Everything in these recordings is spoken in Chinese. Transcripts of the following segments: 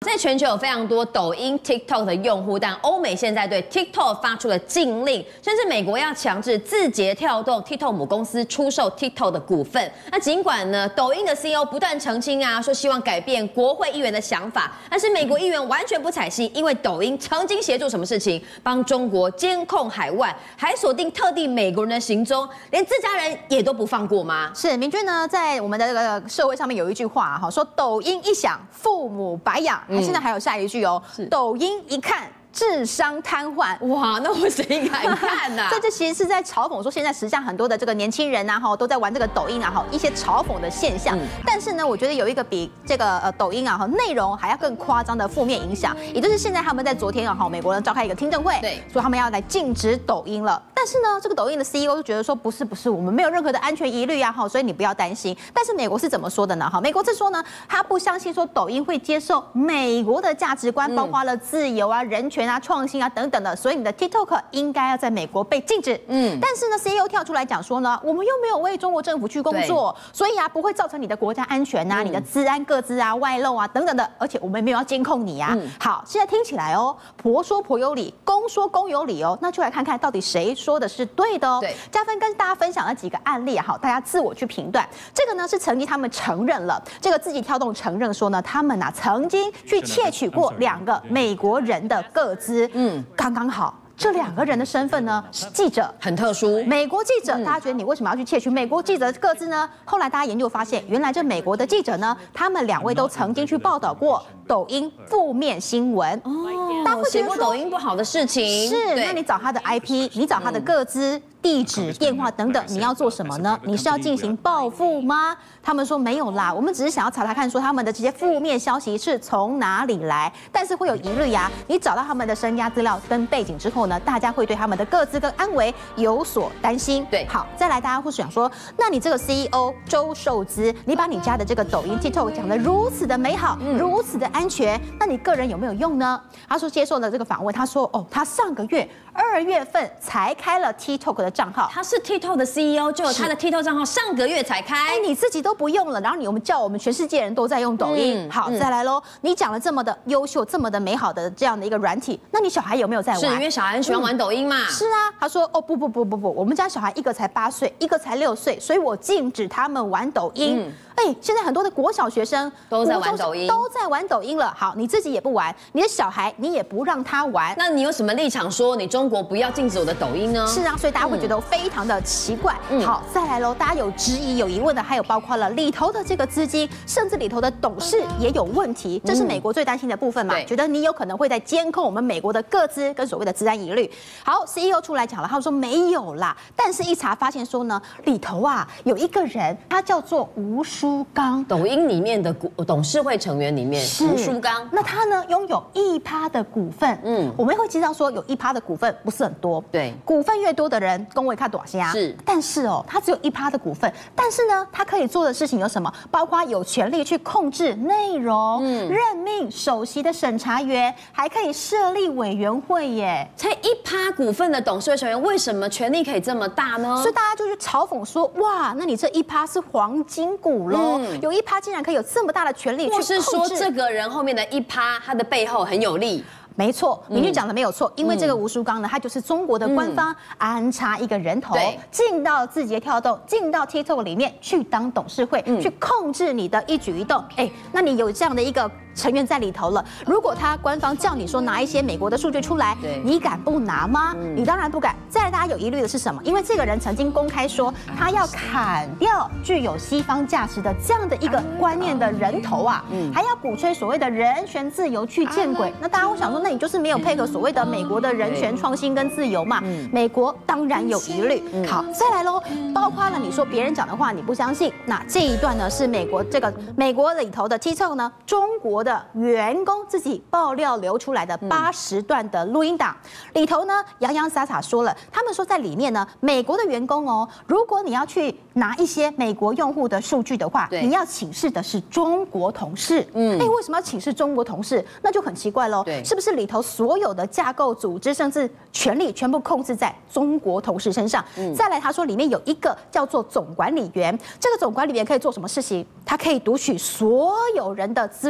在全球有非常多抖音、TikTok 的用户，但欧美现在对 TikTok 发出了禁令，甚至美国要强制字节跳动 TikTok 母公司出售 TikTok 的股份。那尽管呢，抖音的 CEO 不断澄清啊，说希望改变国会议员的想法，但是美国议员完全不采信，因为抖音曾经协助什么事情，帮中国监控海外，还锁定特定美国人的行踪，连自家人也都不放过吗？ 是明君呢，在我们的这个社会上面有一句话哈，说抖音一响，父母白养。现在还有下一句哦，抖音一看。智商瘫痪， 哇，那我谁敢看呐？ 这其实是在嘲讽说，现在时下很多的这个年轻人啊，都在玩这个抖音啊，一些嘲讽的现象。但是呢，我觉得有一个比这个抖音啊内容还要更夸张的负面影响，也就是现在他们在昨天啊美国人召开一个听证会，对，说他们要来禁止抖音了。但是呢，这个抖音的 CEO 就觉得说不是，我们没有任何的安全疑虑啊，所以你不要担心。但是美国是怎么说的呢？美国是说呢，他不相信说抖音会接受美国的价值观，包括了自由啊、人权啊、创新啊等等的，所以你的 TikTok 应该要在美国被禁止。但是呢 ，CEO 跳出来讲说呢，我们又没有为中国政府去工作，所以啊不会造成你的国家安全啊、你的治安个资啊、外漏啊等等的，而且我们没有要监控你啊。好，现在听起来哦，婆说婆有理，公说公有理哦，那就来看看到底谁说的是对的哦。嘉芬跟大家分享了几个案例啊，好，大家自我去评断。这个呢是曾经他们承认了，这个字节跳动承认说呢，他们曾经去窃取过2个美国人的个资。刚刚好。这2个人的身份呢是记者， 很特殊。 美国记者，大家觉得你为什么要去窃取美国记者的个资呢？后来大家研究发现，原来这美国的记者呢，他们2位都曾经去报道过抖音负面新闻。大家会觉得写过抖音不好的事情。 是，那你找他的 IP， 你找他的个资、地址、电话等等，你要做什么呢？你是要进行报复吗？他们说没有啦，我们只是想要查查看，说他们的这些负面消息是从哪里来，但是会有疑虑呀。你找到他们的身家资料跟背景之后呢，大家会对他们的个资跟安危有所担心。对，好，再来，大家会想说，那你这个 CEO 周受资，你把你家的这个抖音 TikTok 讲得如此的美好，如此的安全，那你个人有没有用呢？他说接受了这个访问，他说他上个月2月份才开了 TikTok 的账号， 他是 TikTok 的 CEO， 就有他的 TikTok 账号上个月才开， 你自己都不用了，然后我们叫我们全世界人都在用抖音。好，再来喽，你讲了这么的优秀、这么的美好的这样的一个软体，那你小孩有没有在玩？ 是因为小孩很喜欢玩抖音嘛？ 是啊，他说不，我们家小孩一个才8岁，一个才6岁，所以我禁止他们玩抖音。现在很多的国小学生都在玩抖音， 了。好，你自己也不玩，你的小孩你也不让他玩， 那你有什么立场说你中国不要禁止我的抖音呢？ 是啊，所以大家会觉得非常的奇怪。好，再来喽，大家有质疑、有疑问的，还有包括了里头的这个资金，甚至里头的董事也有问题，这是美国最担心的部分嘛？觉得你有可能会在监控我们美国的个资跟所谓的治安疑虑。好 ，CEO 出来讲了，他说没有啦，但是一查发现说呢，里头啊有一个人，他叫做吴书刚， 抖音里面的董事会成员里面，吴书刚， 那他呢拥有1%的股份。我们会知道说有1%的股份不是很多，对，股份越多的人，公位看多少是，但是他只有1%的股份，但是呢，他可以做的事情有什么？包括有权利去控制内容，任命首席的审查员，还可以设立委员会耶。 才1%股份的董事会成员，为什么权力可以这么大呢？ 所以大家就去嘲讽说，哇，那你这1%是黄金股喽，有1%竟然可以有这么大的权力去控制。 或是说这个人后面的1%，他的背后很有力。 没错，明玉讲的没有错，因为这个吴书刚呢，他就是中国的官方安插一个人头，进到字节跳动、进到 TikTok 里面去当董事会，去控制你的一举一动。那你有这样的一个成员在里头了，如果他官方叫你说拿一些美国的数据出来，你敢不拿吗？你当然不敢。再来，大家有疑虑的是什么？因为这个人曾经公开说他要砍掉具有西方价值的这样的一个观念的人头啊，还要鼓吹所谓的人权自由去见鬼。那大家会想说，那你就是没有配合所谓的美国的人权创新跟自由嘛？美国当然有疑虑。好，再来喽，包括了你说别人讲的话你不相信，那这一段呢是美国里头的 TikTok 呢，中国的员工自己爆料流出来的80段的录音档里头呢，洋洋洒洒说了，他们说在里面呢，美国的员工哦，如果你要去拿一些美国用户的数据的话，你要请示的是中国同事。为什么要请示中国同事？那就很奇怪喽，是不是里头所有的架构、组织甚至权力全部控制在中国同事身上？再来，他说里面有一个叫做总管理员，这个总管理员可以做什么事情？他可以读取所有人的资料跟个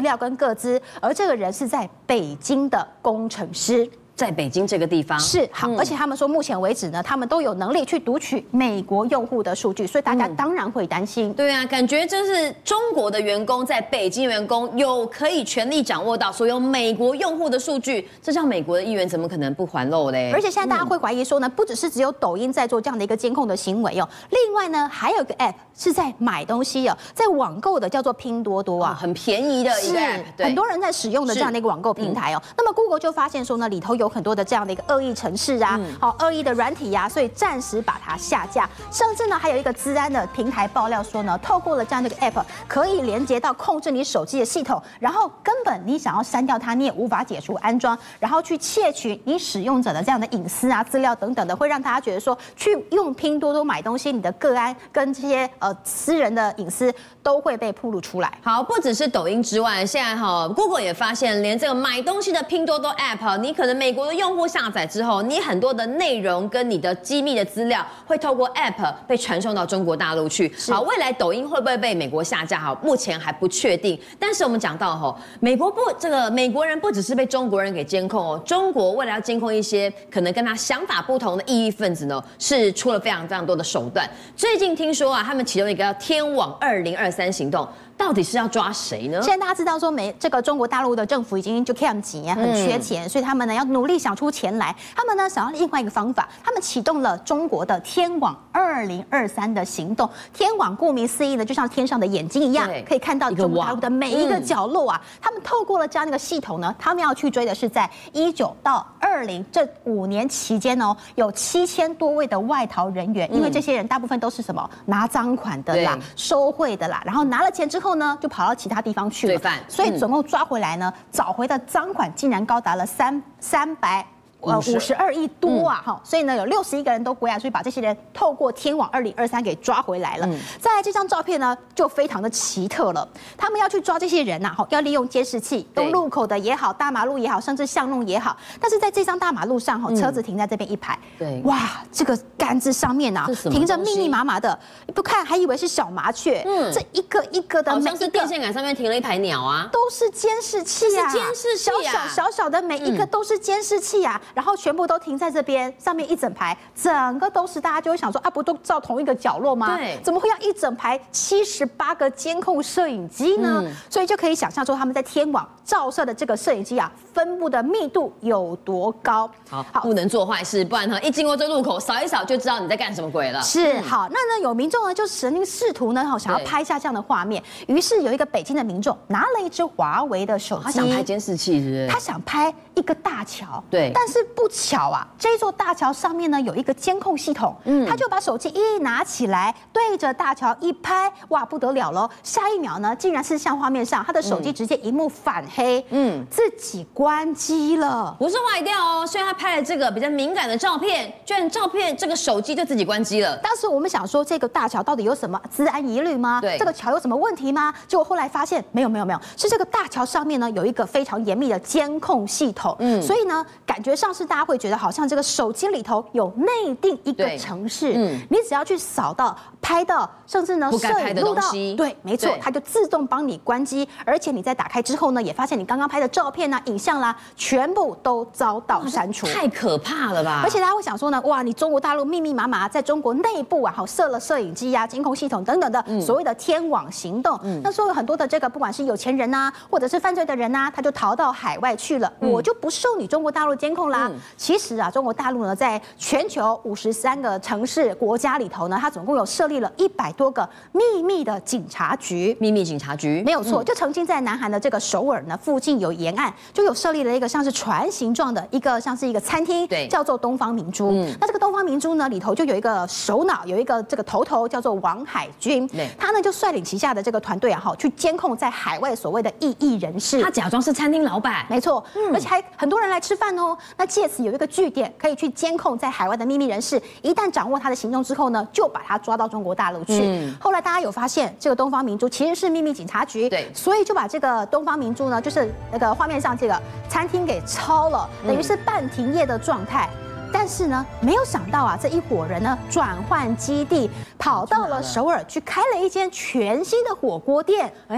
个资，而这个人是在北京的工程师。 在北京这个地方是好，而且他们说目前为止呢，他们都有能力去读取美国用户的数据，所以大家当然会担心。 对啊，感觉就是中国的员工在北京员工有可以全力掌握到所有美国用户的数据，这叫美国的议员怎么可能不还漏嘞？ 而且现在大家会怀疑说呢，不只是只有抖音在做这样的一个监控的行为哦，另外呢还有一个 app 是在买东西哦，在网购的叫做拼多多啊， 很便宜的一个 app， 很多人在使用的这样的一个网购平台哦。那么 Google 就发现说呢，里头有很多的这样的一个恶意程式啊，恶意的软体呀，所以暂时把它下架。甚至呢，还有一个资安的平台爆料说呢，透过了这样的一个 app， 可以连接到控制你手机的系统，然后根本你想要删掉它，你也无法解除安装，然后去窃取你使用者的这样的隐私啊、资料等等的，会让大家觉得说，去用拼多多买东西，你的个案跟这些私人的隐私都会被暴露出来。 好，不只是抖音之外，现在Google 也发现，连这个买东西的拼多多 app， 你可能美国的用户下载之后，你很多的内容跟你的机密的资料会透过 app 被传送到中国大陆去。好，未来抖音会不会被美国下架？好，目前还不确定。但是我们讲到美国人不只是被中国人给监控哦，中国为了要监控一些可能跟他想法不同的异议分子呢，是出了非常非常多的手段。最近听说啊，他们启动一个叫天网2023行动。到底是要抓谁呢？ 现在大家知道说，这个中国大陆的政府已经就 cam 紧啊，很缺钱，所以他们呢要努力想出钱来。他们呢想要另外一个方法，他们启动了中国的天网2023的行动。天网顾名思义呢，就像天上的眼睛一样，可以看到中国大陆的每一个角落啊。他们透过了这样的一个系统呢，他们要去追的是在19到20这5年期间哦，有7000多位的外逃人员，因为这些人大部分都是什么拿赃款的啦、收贿的啦，然后拿了钱之后呢，就跑到其他地方去了。 罪犯， 所以总共抓回来呢，找回的赃款竟然高达了352亿多啊！所以呢，有61个人都归案，所以把这些人透过天网2023给抓回来了。再来这张照片呢，就非常的奇特了。他们要去抓这些人呐，要利用监视器，用路口的也好，大马路也好，甚至巷弄也好。但是在这张大马路上，车子停在这边一排， 对， 哇，这个杆子上面啊，停着密密麻麻的，不看还以为是小麻雀，这一个一个的， 好像是电线杆上面停了一排鸟啊， 都是监视器啊， 监视器啊， 小小的每一个都是监视器啊。然后全部都停在这边，上面一整排，整个都是，大家就会想说啊，不都照同一个角落吗？ 对， 怎么会要一整排78个监控摄影机呢？所以就可以想象说，他们在天网照射的这个摄影机啊，分布的密度有多高。 好，不能做坏事，不然一经过这路口扫一扫就知道你在干什么鬼了。 是，好，那呢有民众呢就曾经试图呢想要拍下这样的画面，于是有一个北京的民众拿了一只华为的手机， 他想拍监视器，是不是？ 他想拍一个大桥， 对， 但是不巧啊，这座大桥上面呢有一个监控系统，他就把手机一拿起来，对着大桥一拍，哇，不得了了！下一秒呢，竟然是像画面上，他的手机直接荧幕反黑，自己关机了， 不是坏掉哦，所以他拍了这个比较敏感的照片，居然照片这个手机就自己关机了。 当时我们想说，这个大桥到底有什么资安疑虑吗？ 对， 这个桥有什么问题吗？结果后来发现没有，是这个大桥上面呢有一个非常严密的监控系统，所以呢，感觉上是大家会觉得好像这个手机里头有内定一个程式，你只要去扫到、拍到，甚至呢摄影录到，对，没错，它就自动帮你关机，而且你在打开之后呢，也发现你刚刚拍的照片啊、影像啦，全部都遭到删除， 太可怕了吧！ 而且大家会想说呢，哇，你中国大陆密密麻麻在中国内部啊，设了摄影机啊、监控系统等等的所谓的天网行动，那所以很多的这个不管是有钱人呐，或者是犯罪的人呐，他就逃到海外去了，我就不受你中国大陆监控啦。其实啊，中国大陆呢，在全球53个城市国家里头呢，它总共有设立了100多个秘密的警察局。 秘密警察局没有错，就曾经在南韩的这个首尔呢附近有沿岸，就有设立了一个像是船形状的一个像是一个餐厅， 对， 叫做东方明珠。那这个东方明珠呢里头就有一个首脑，有一个这个头叫做王海军，他呢就率领旗下的这个团队啊，去监控在海外所谓的异议人士。 他假装是餐厅老板， 没错，而且还很多人来吃饭哦。那借此有一个据点可以去监控在海外的秘密人士，一旦掌握他的行踪之后呢，就把他抓到中国大陆去。后来大家有发现，这个东方明珠其实是秘密警察局， 对， 所以就把这个东方明珠呢，就是那个画面上这个餐厅给抄了，等于是半停业的状态。但是呢，没有想到啊，这一伙人呢转换基地，跑到了首尔去开了一间全新的火锅店。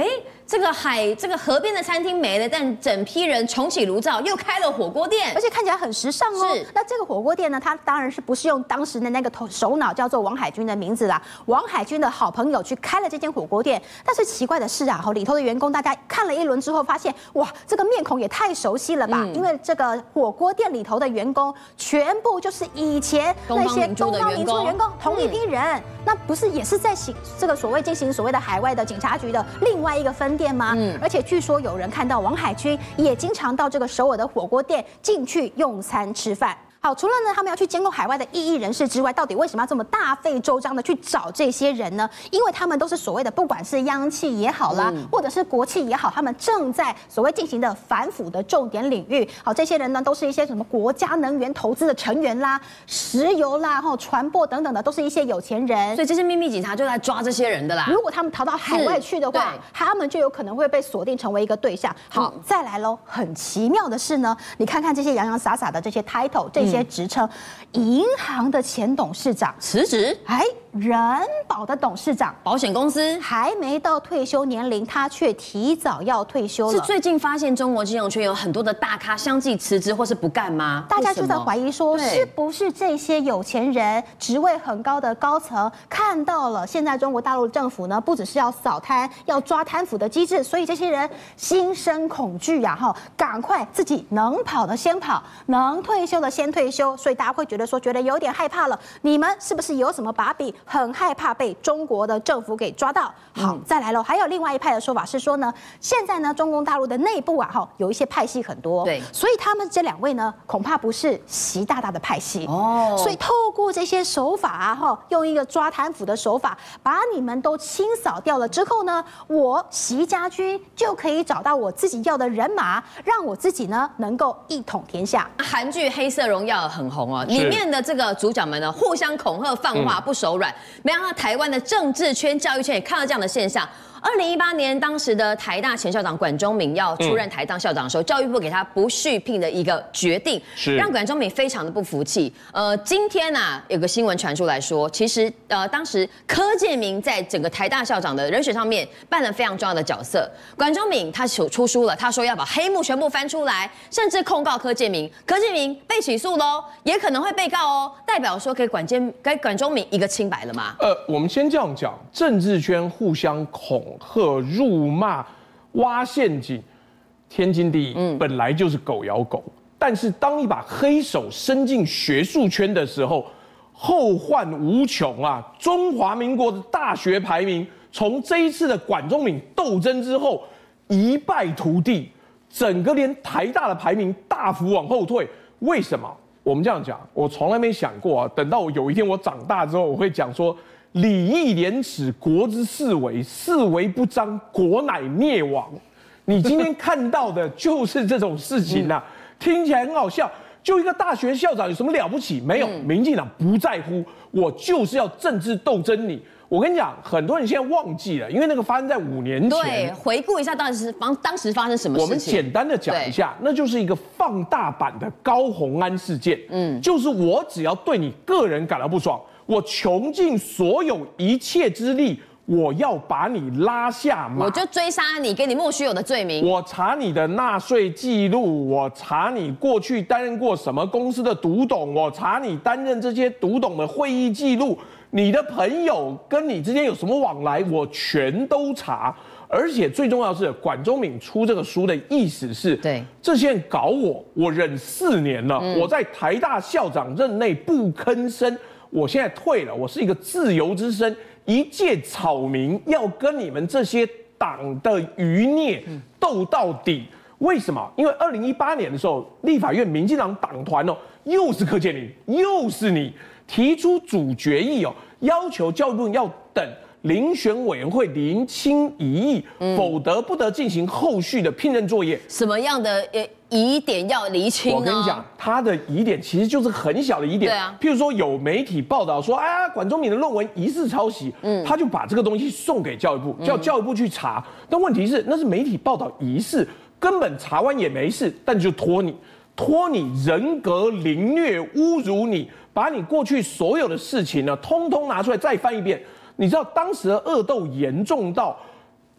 这个河边的餐厅没了，但整批人重启炉灶，又开了火锅店， 而且看起来很时尚哦。 是， 那这个火锅店呢，它当然是不是用当时的那个首脑叫做王海军的名字啦？王海军的好朋友去开了这间火锅店，但是奇怪的是啊，里头的员工大家看了一轮之后，发现哇，这个面孔也太熟悉了吧？因为这个火锅店里头的员工全部就是以前那些东方明珠的员工，同一批人，那不是也是在这个进行所谓的海外的警察局的另外一个分店吗？而且据说有人看到王海军也经常到这个首尔的火锅店进去用餐吃饭。好，除了呢，他们要去监控海外的异议人士之外，到底为什么要这么大费周章的去找这些人呢？因为他们都是所谓的，不管是央企也好啦，或者是国企也好，他们正在所谓进行的反腐的重点领域。好，这些人呢，都是一些什么国家能源投资的成员啦、石油啦、船舶等等的，都是一些有钱人。 所以这些秘密警察就来抓这些人的啦。 如果他们逃到海外去的话，他们就有可能会被锁定成为一个对象。好，再来喽，很奇妙的是呢，你看看这些洋洋洒洒的这些 title， 这些职称，银行的前董事长辞职， 人保的董事长， 保险公司还没到退休年龄，他却提早要退休了。 是最近发现中国金融圈有很多的大咖相继辞职或是不干吗？ 大家就在怀疑说，是不是这些有钱人、职位很高的高层看到了现在中国大陆政府呢，不只是要扫贪、要抓贪腐的机制，所以这些人心生恐惧呀，赶快自己能跑的先跑，能退休的先退休，所以大家会觉得有点害怕了。你们是不是有什么把柄？很害怕被中国的政府给抓到。好，再来喽。还有另外一派的说法是说呢，现在呢，中共大陆的内部啊，有一些派系很多，对，所以他们这两位呢，恐怕不是习大大的派系哦。所以透过这些手法啊，用一个抓贪腐的手法，把你们都清扫掉了之后呢，我习家军就可以找到我自己要的人马，让我自己呢能够一统天下。 韩剧《黑色荣耀》很红哦，里面的这个主角们呢，互相恐吓、放话不手软。没想到台湾的政治圈、教育圈也看到这样的现象。2018年，当时的台大前校长管中闵要出任台大校长的时候，教育部给他不续聘的一个决定，让管中闵非常的不服气。今天啊，有个新闻传出来说，其实当时柯建铭在整个台大校长的人选上面扮了非常重要的角色。管中闵他出书了，他说要把黑幕全部翻出来，甚至控告柯建铭，柯建铭被起诉喽，也可能会被告哦。代表说给管中闵一个清白了吗？ 我们先这样讲，政治圈互相恐吓、辱骂、挖陷阱，天经地义，本来就是狗咬狗。但是当你把黑手伸进学术圈的时候，后患无穷啊！中华民国的大学排名，从这一次的管中闵斗争之后一败涂地，整个连台大的排名大幅往后退。为什么？我们这样讲，我从来没想过啊。等到有一天我长大之后，我会讲说。礼义廉耻，国之四维，四维不张，国乃灭亡。你今天看到的就是这种事情啊，听起来很好笑。就一个大学校长有什么了不起？没有，民进党不在乎，我就是要政治斗争你。我跟你讲，很多人现在忘记了，因为那个发生在5年前。 对，回顾一下当时发生什么事情。 我们简单的讲一下，那就是一个放大版的高虹安事件。就是我只要对你个人感到不爽。我穷尽所有一切之力，我要把你拉下马， 我就追杀你，给你莫须有的罪名。 我查你的纳税记录，我查你过去担任过什么公司的独董，我查你担任这些独董的会议记录，你的朋友跟你之间有什么往来，我全都查。而且最重要的是，管中闵出这个书的意思是，对这些人搞我忍4年了，我在台大校长任内不吭声。我现在退了，我是一个自由之身，一介草民，要跟你们这些党的余孽斗到底。为什么？因为2018年的时候，立法院民进党党团又是柯建铭，又是你提出主决议要求教育部要等遴选委员会厘清疑义，否则不得进行后续的聘任作业。 什么样的疑点要厘清呢？ 我跟你讲，他的疑点其实就是很小的疑点。对啊，譬如说有媒体报道说，管中闵的论文疑似抄袭，他就把这个东西送给教育部，叫教育部去查。但问题是，那是媒体报道疑似，根本查完也没事，但就拖你人格凌虐、侮辱你，把你过去所有的事情呢，通通拿出来再翻一遍。你知道当时的恶斗严重到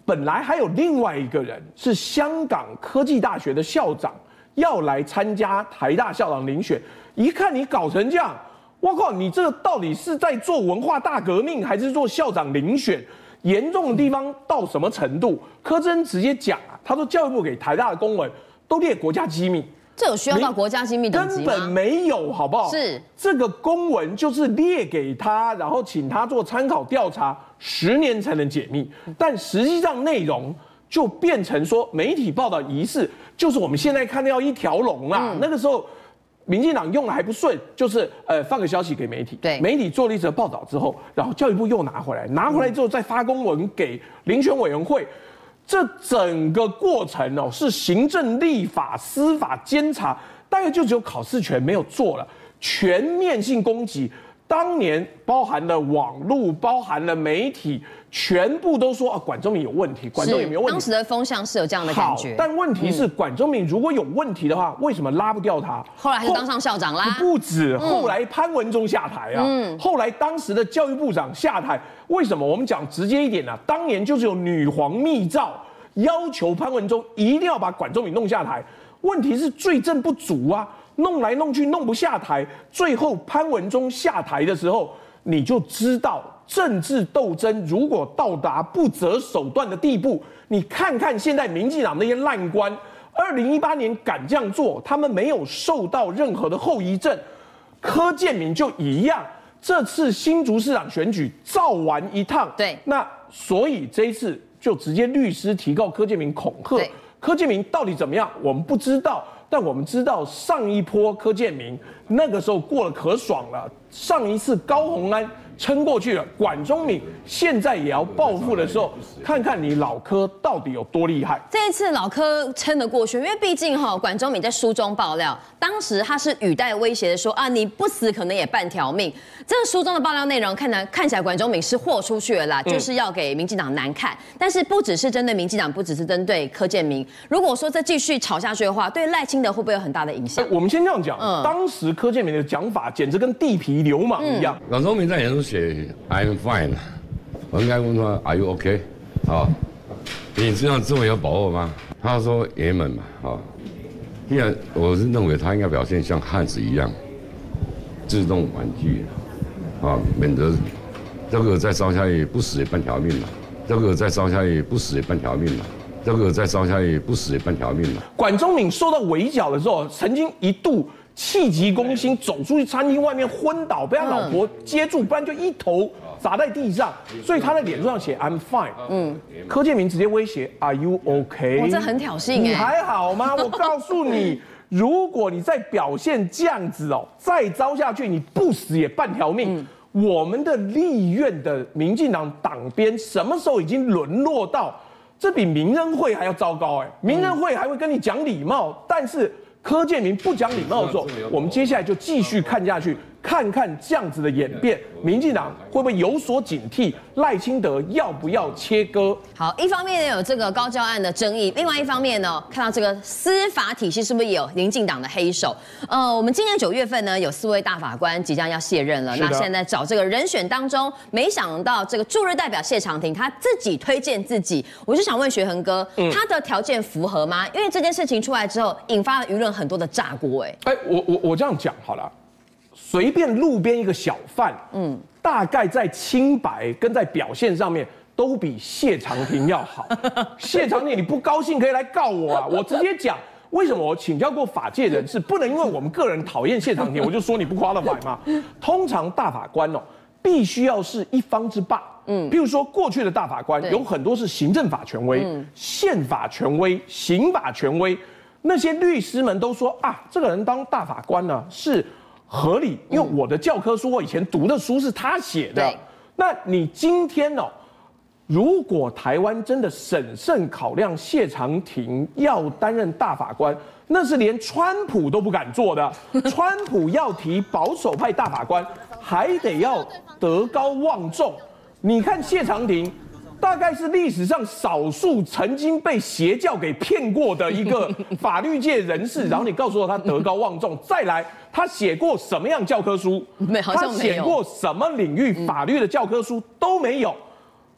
本来还有另外一个人是香港科技大学的校长，要来参加台大校长遴选。一看你搞成这样，我靠，你这个到底是在做文化大革命，还是做校长遴选？严重的地方到什么程度？柯志恩直接讲啊，他说教育部给台大的公文都列国家机密。 这有需要到国家机密等级吗？ 根本没有，好不好？ 是这个公文就是列给他，然后请他做参考调查，10年才能解密。但实际上内容就变成说媒体报道仪式，就是我们现在看到一条龙啊。那个时候民进党用的还不顺，就是放个消息给媒体， 对， 媒体做了一则报道之后，然后教育部又拿回来之后再发公文给遴选委员会。这整个过程哦，是行政、立法、司法、监察，大概就只有考试权没有做了，全面性攻击。当年包含了网络，包含了媒体，全部都说啊，管中闵有问题，管中闵没有问题。 当时的风向是有这样的感觉。 但问题是，管中闵如果有问题的话，为什么拉不掉他？ 后来还是当上校长啦。 不止，后来潘文忠下台啊，后来当时的教育部长下台，为什么？我们讲直接一点啊，当年就是有女皇密诏，要求潘文忠一定要把管中闵弄下台。问题是罪证不足啊。弄来弄去弄不下台，最后潘文忠下台的时候，你就知道政治斗争如果到达不择手段的地步，你看看现在民进党那些烂官，2018年敢这样做，他们没有受到任何的后遗症。柯建铭就一样，这次新竹市长选举照完一趟， 对， 那所以这一次就直接律师提告柯建铭恐吓，柯建铭到底怎么样，我们不知道。但我们知道上一波柯建铭那个时候过了可爽了，上一次高虹安撑过去了，管中闵现在也要报复的时候，看看你老柯到底有多厉害。 这一次老柯撑得过去，因为毕竟管中闵在书中爆料，当时他是语带威胁的说啊，你不死可能也半条命。这个书中的爆料内容看起来管中闵是豁出去了啦，就是要给民进党难看。但是不只是针对民进党，不只是针对柯建铭。如果说这继续吵下去的话，对赖清德会不会有很大的影响？ 我们先这样讲，当时柯建铭的讲法简直跟地痞流氓一样。 管中闵在演说写 I'm fine， 我应该问他 Are you OK？ 你这样这么有把握吗？他说爷们嘛，既然我是认为他应该表现像汉子一样，自动婉拒，免得这个再烧下去不死也半条命了，这个再烧下去不死也半条命了。这个再烧下去不死也半条命了。 管中闵受到围剿的时候，曾经一度气急攻心，走出去餐厅外面昏倒，被他老婆接住，不然就一头砸在地上。所以他在脸书上写 I'm fine。柯建铭直接威胁 Are you OK？ 哇，这很挑衅哎！ 你还好吗？我告诉你，如果你再表现这样子再糟下去，你不死也半条命。我们的立院的民进党党鞭什么时候已经沦落到？这比民人会还要糟糕民人会还会跟你讲礼貌，但是柯建铭不讲礼貌的时候，我们接下来就继续看下去，看看这样子的演变，民进党会不会有所警惕？赖清德要不要切割？ 好，一方面呢有这个高教案的争议，另外一方面呢，看到这个司法体系是不是也有民进党的黑手？我们今年9月份呢，有4位大法官即将要卸任了。那现在找这个人选当中，没想到这个驻日代表谢长廷他自己推荐自己，我就想问学恒哥，他的条件符合吗？因为这件事情出来之后，引发了舆论很多的炸锅。 我这样讲好了。随便路边一个小贩，大概在清白跟在表现上面都比谢长廷要好。谢长廷，你不高兴可以来告我啊！我直接讲，为什么我请教过法界人士，不能因为我们个人讨厌谢长廷，我就说你不 qualify 嘛？通常大法官必须要是一方之霸。譬如说过去的大法官有很多是行政法权威、宪法权威、刑法权威，那些律师们都说啊，这个人当大法官呢是合理，因为我的教科书，我以前读的书是他写的。那你今天如果台湾真的审慎考量谢长廷要担任大法官，那是连川普都不敢做的。川普要提保守派大法官，还得要德高望重。你看谢长廷，大概是历史上少数曾经被邪教给骗过的一个法律界人士。然后你告诉我他德高望重，再来他写过什么样教科书？ 好像没有。 他写过什么领域法律的教科书都没有。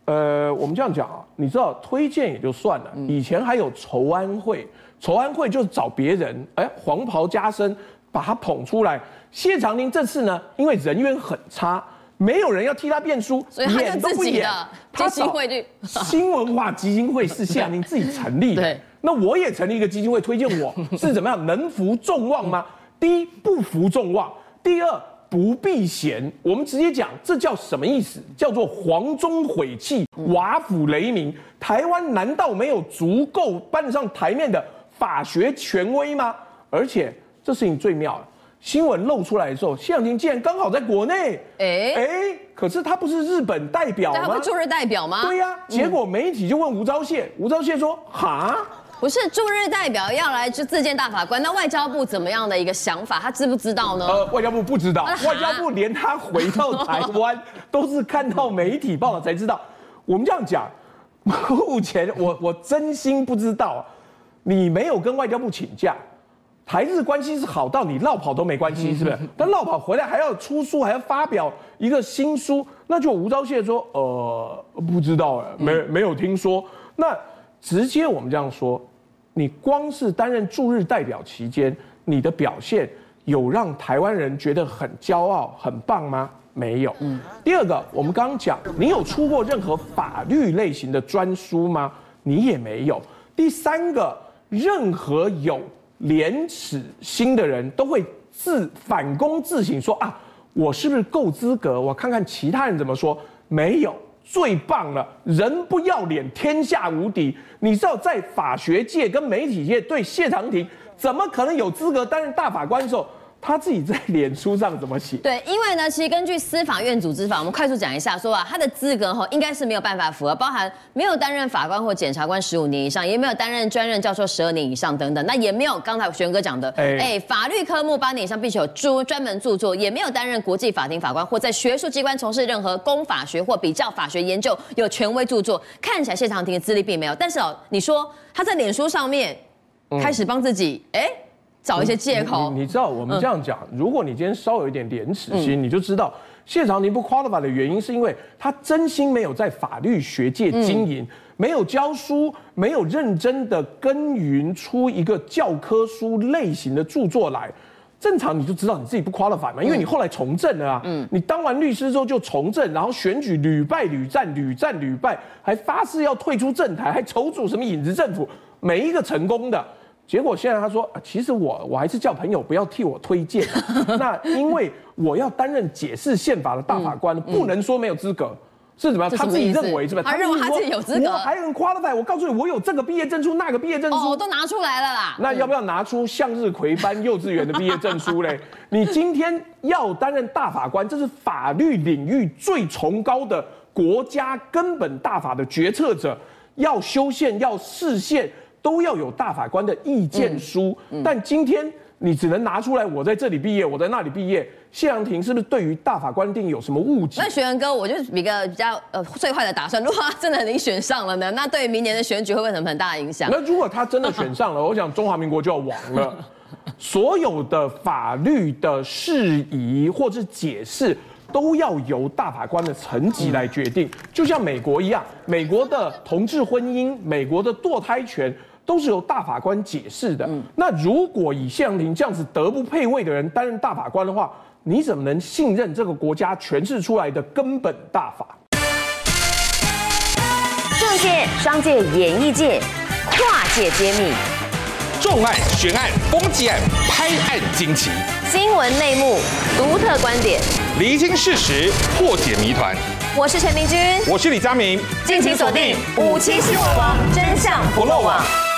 我们这样讲啊，你知道推荐也就算了，以前还有筹安会，筹安会就是找别人，黄袍加身把他捧出来。谢长廷这次呢，因为人缘很差，没有人要替他辩书， 所以他就自己的基金会去。 新文化基金会是谢长廷自己成立的， 对， 那我也成立一个基金会推荐我，是怎么样？能服众望吗？第一，不服众望；第二，不避嫌。我们直接讲，这叫什么意思？叫做黄钟毁弃，瓦釜雷鸣。台湾难道没有足够搬得上台面的法学权威吗？而且这事情最妙了。新闻露出来的时候，谢长廷竟然刚好在国内，可是他不是日本代表吗？ 他不是驻日代表吗？ 对呀，结果媒体就问吴钊燮，吴钊燮说：“哈， 不是驻日代表要来就自荐大法官，那外交部怎么样的一个想法？他知不知道呢？ 外交部不知道，外交部连他回到台湾都是看到媒体报道才知道。我们这样讲，目前我真心不知道，你没有跟外交部请假。”台日关系是好到你落跑都没关系，是不是？但落跑回来还要出书，还要发表一个新书，那就吴钊燮说，不知道，没有听说。那直接我们这样说，你光是担任驻日代表期间，你的表现有让台湾人觉得很骄傲、很棒吗？没有。第二个，我们刚刚讲，你有出过任何法律类型的专书吗？你也没有。第三个，任何有廉耻心的人都会反躬自省，说啊，我是不是够资格？我看看其他人怎么说。没有，最棒了，人不要脸，天下无敌。你知道，在法学界跟媒体界对谢长廷怎么可能有资格担任大法官的时候，他自己在脸书上怎么写？ 对，因为呢，其实根据司法院组织法，我们快速讲一下，说他的资格应该是没有办法符合，包含没有担任法官或检察官15年以上，也没有担任专任教授12年以上等等，那也没有刚才玄哥讲的，法律科目8年以上必须有专门著作，也没有担任国际法庭法官或在学术机关从事任何公法学或比较法学研究有权威著作。看起来谢长廷的资历并没有，但是你说他在脸书上面开始帮自己，找一些借口。 你知道我们这样讲，如果你今天稍有一点廉耻心，你就知道谢长廷不 qualify 的原因，是因为他真心没有在法律学界经营，没有教书，没有认真的耕耘出一个教科书类型的著作来。正常你就知道你自己不 qualify 嘛，因为你后来从政了啊，你当完律师之后就从政，然后选举屡败屡败，还发誓要退出政坛，还筹组什么影子政府，每一个成功的。结果现在他说，其实我还是叫朋友不要替我推荐，那因为我要担任解释宪法的大法官，不能说没有资格，是怎么样？他自己认为是吧？ 他认为他自己有资格， 我还很 qualify。我告诉你，我有这个毕业证书，那个毕业证书， 都拿出来了啦。 那要不要拿出向日葵班幼稚园的毕业证书嘞？你今天要担任大法官，这是法律领域最崇高的国家根本大法的决策者，要修宪要释宪。都要有大法官的意见书，但今天你只能拿出来，我在这里毕业，我在那里毕业。谢长廷是不是对于大法官定义有什么误解？ 那学仁哥，我就一个比较最坏的打算，如果他真的已经选上了呢，那对于明年的选举会不会有很大的影响？ 那如果他真的选上了，我想中华民国就要亡了。所有的法律的事宜或是解释，都要由大法官的层级来决定，就像美国一样，美国的同志婚姻、美国的堕胎权都是由大法官解释的。那如果以谢长廷这样子德不配位的人担任大法官的话，你怎么能信任这个国家诠释出来的根本大法？ 政界、商界、演艺界跨界揭秘， 重案、悬案、攻击案、拍案惊奇， 新闻内幕、独特观点， 厘清事实，破解谜团。 我是陈明君， 我是李佳明， 敬请锁定57新闻网，真相不漏网。